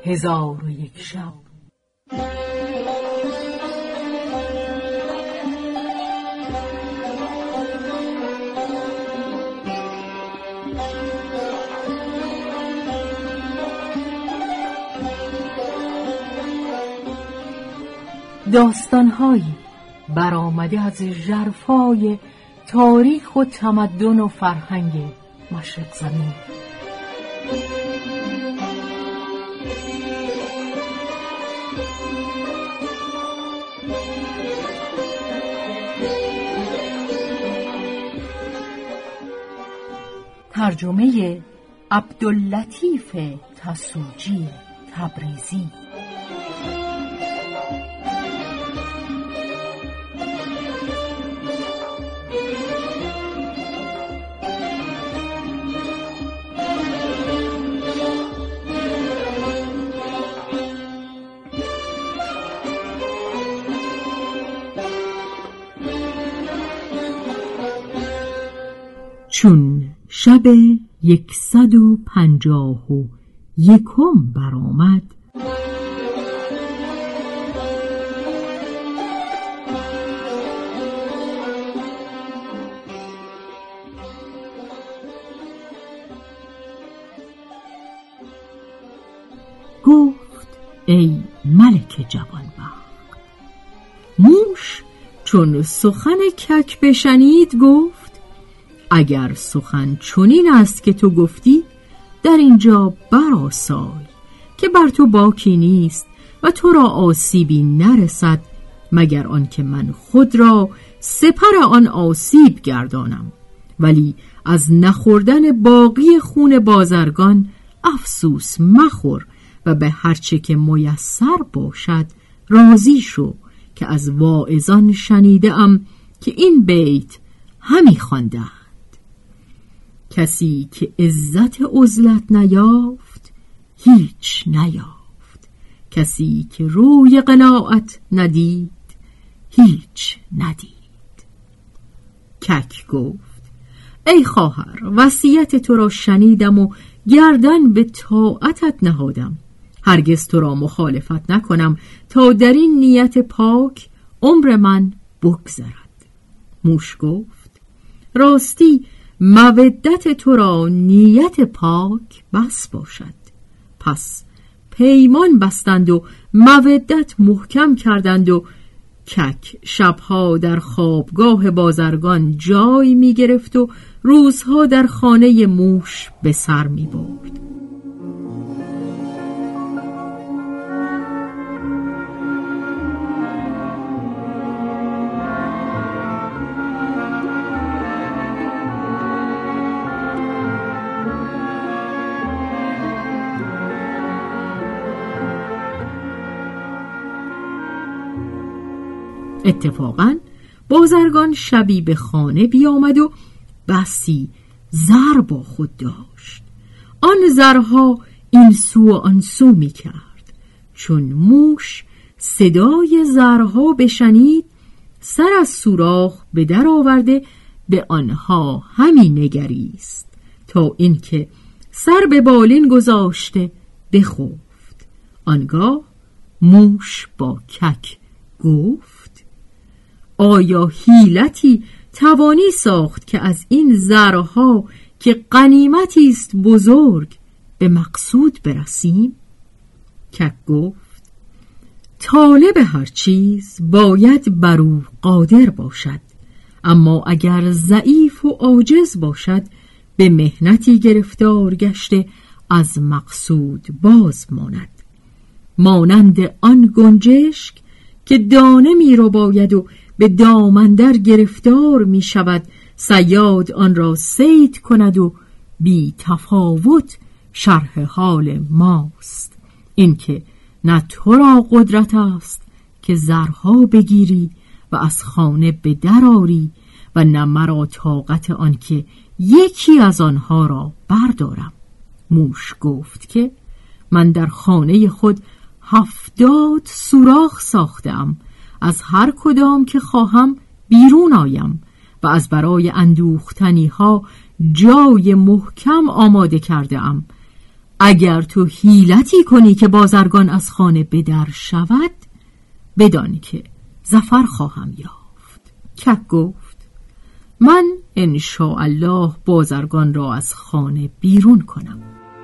1001 شب. داستان‌هایی برآمده از ژرفای تاریخ و تمدن و فرهنگ مشرق زمین. ترجمه عبداللطیف تسوجی تبریزی. چون شب 151 برآمد، گفت ای ملک جوانبخت. موش چون سخن کک بشنید گفت اگر سخن چنین است که تو گفتی، در اینجا برآسای که بر تو باکی نیست و تو را آسیبی نرسد مگر آنکه من خود را سپر آن آسیب گردانم. ولی از نخوردن باقی خون بازرگان افسوس مخور و به هرچه که میسر باشد راضی شو، که از واعظان شنیده‌ام که این بیت همی خواندند: کسی که عزت عزلت نیافت هیچ نیافت، کسی که روی قناعت ندید هیچ ندید. کک گفت ای خواهر، وصیت تو را شنیدم و گردن به طاعتت نهادم. هرگز تو را مخالفت نکنم تا در این نیت پاک عمر من بگذرد. موش گفت راستی مودت تو را نیت پاک بس باشد. پس پیمان بستند و مودت محکم کردند و کک شبها در خوابگاه بازرگان جای می گرفت و روزها در خانه موش به سر می برد. اتفاقاً بازرگان شبی به خانه بیامد و بسی زر با خود داشت. آن زرها این سو و آن سو می کرد. چون موش صدای زرها بشنید، سر از سوراخ به در آورده به آنها همی نگریست تا اینکه سر به بالین گذاشته بخفت. آنگاه موش با کک گفت آیا حیلتی توانی ساخت که از این زرها که غنیمتی است بزرگ به مقصود برسیم؟ کک گفت طالب هر چیز باید بر او قادر باشد، اما اگر ضعیف و عاجز باشد به محنتی گرفتار گشته از مقصود باز ماند. مانند آن گنجشک که دانه می رو باید و به دامندر گرفتار می شود، صیاد آن را صید کند و بی تفاوت شرح حال ماست. این که نه تو را قدرت است که زرها بگیری و از خانه به در آری و نه مرا طاقت آن که یکی از آنها را بردارم. موش گفت که من در خانه خود 70 سوراخ ساختم، از هر کدام که خواهم بیرون آیم و از برای اندوختنی ها جای محکم آماده کرده ام. اگر تو حیلتی کنی که بازرگان از خانه به در شود، بدان که ظفر خواهم یافت. کک گفت من انشاءالله بازرگان را از خانه بیرون کنم.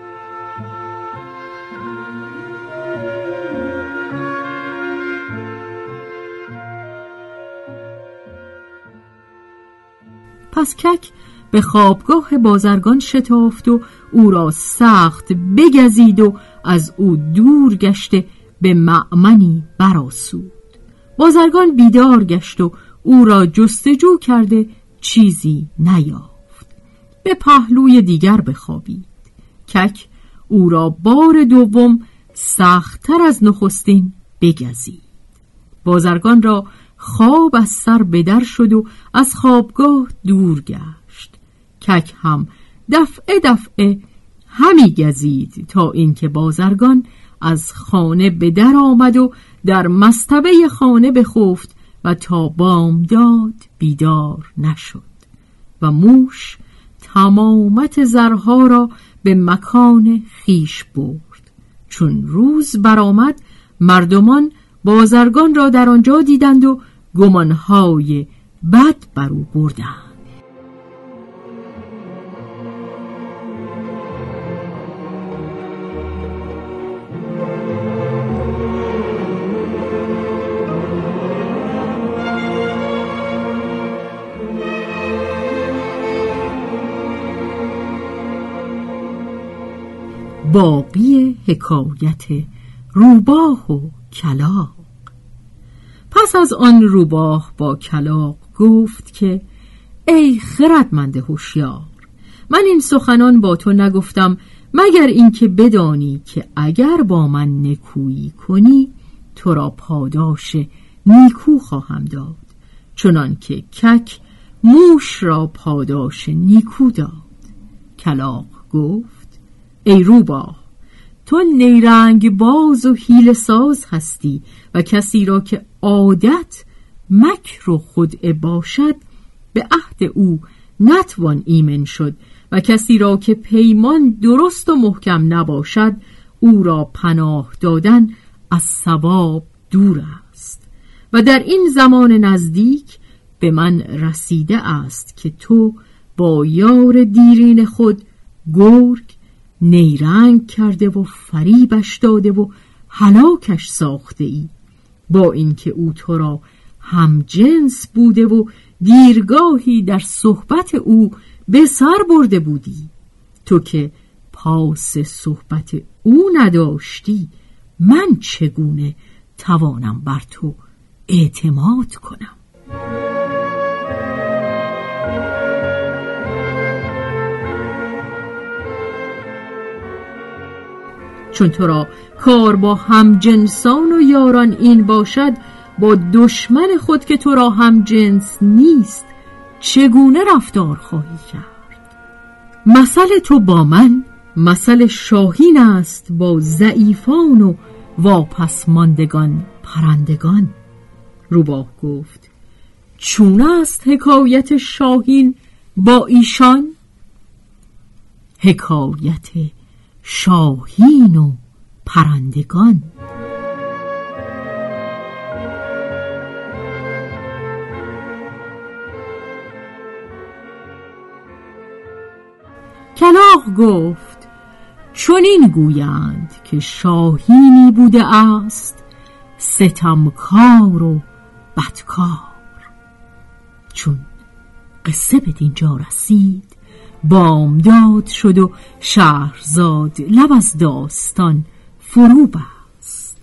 پس کک به خوابگاه بازرگان شتافت و او را سخت بگزید و از او دور گشته به مأمنی برآسود. بازرگان بیدار گشت و او را جستجو کرده چیزی نیافت. به پهلوی دیگر بخوابید. کک او را بار دوم سخت‌تر از نخستین بگزید. بازرگان را خواب از سر بدر شد و از خوابگاه دور گشت. کک هم دفعه همی گزید تا اینکه بازرگان از خانه به در آمد و در مصطبه خانه بخفت و تا بامداد بیدار نشد و موش تمامت زرها را به مکان خیش برد. چون روز برآمد مردمان بازرگان را در آنجا دیدند و گمانهای بد بر او بردند. باقی حکایت روباه و کلاغ. پس از آن روباه با کلاغ گفت که ای خردمند هوشیار، من این سخنان با تو نگفتم مگر اینکه بدانی که اگر با من نکویی کنی تو را پاداش نیکو خواهم داد، چنان که کک موش را پاداش نیکو داد. کلاغ گفت ای روباه، تو نیرنگ باز و حیله ساز هستی و کسی را که عادت مکر و خدعه باشد به عهد او نتوان ایمن شد و کسی را که پیمان درست و محکم نباشد او را پناه دادن از ثواب دور است. و در این زمان نزدیک به من رسیده است که تو با یار دیرین خود گرگ نیرنگ کرده و فریبش داده و هلاکش ساخته ای، با اینکه او تو را هم جنس بوده و دیرگاهی در صحبت او به سر برده بودی. تو که پاس صحبت او نداشتی من چگونه توانم بر تو اعتماد کنم؟ چون تو را کار با هم جنسان و یاران این باشد، با دشمن خود که تو را هم جنس نیست چگونه رفتار خواهی کرد؟ مثل تو با من مثل شاهین است با ضعیفان و واپس ماندگان پرندگان. روباه گفت چون است حکایت شاهین با ایشان؟ حکایت شاهین و پرندگان. کلاغ گفت چون این گویند که شاهینی بوده است ستمکار و بدکار. چون قصه به دینجا رسید بامداد شد و شهرزاد لب از داستان فرو بست.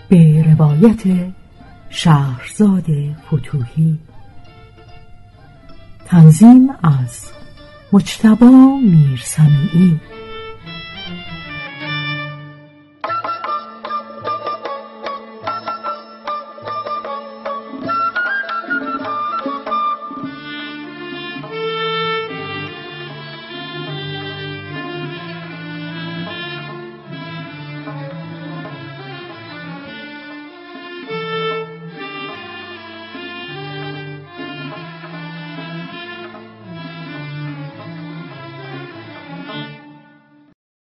به روایت شهرزاد فتوحی. تنظیم از مجتبی میرسمیعی.